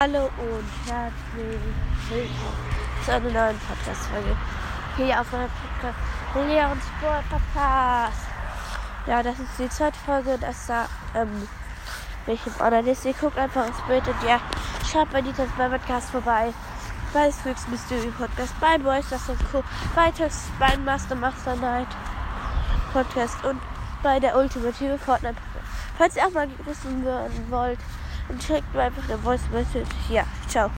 Hallo und herzlich willkommen zu einer neuen Podcast-Folge hier auf meinem Podcast Leon Sport Podcast. Ja, das ist die zweite Folge, dass da welche online ist. Ihr guckt einfach ins Bild und ja, schaut bei Nitas beim Podcast vorbei. Bei Squeaks Mystery Podcast, bei Boys, das und Co. Bei Tex, bei Master Night Podcast und bei der ultimative Fortnite Podcast. Falls ihr auch mal wissen wollt, dann schickt mir einfach eine Voice Message. Ja, ciao.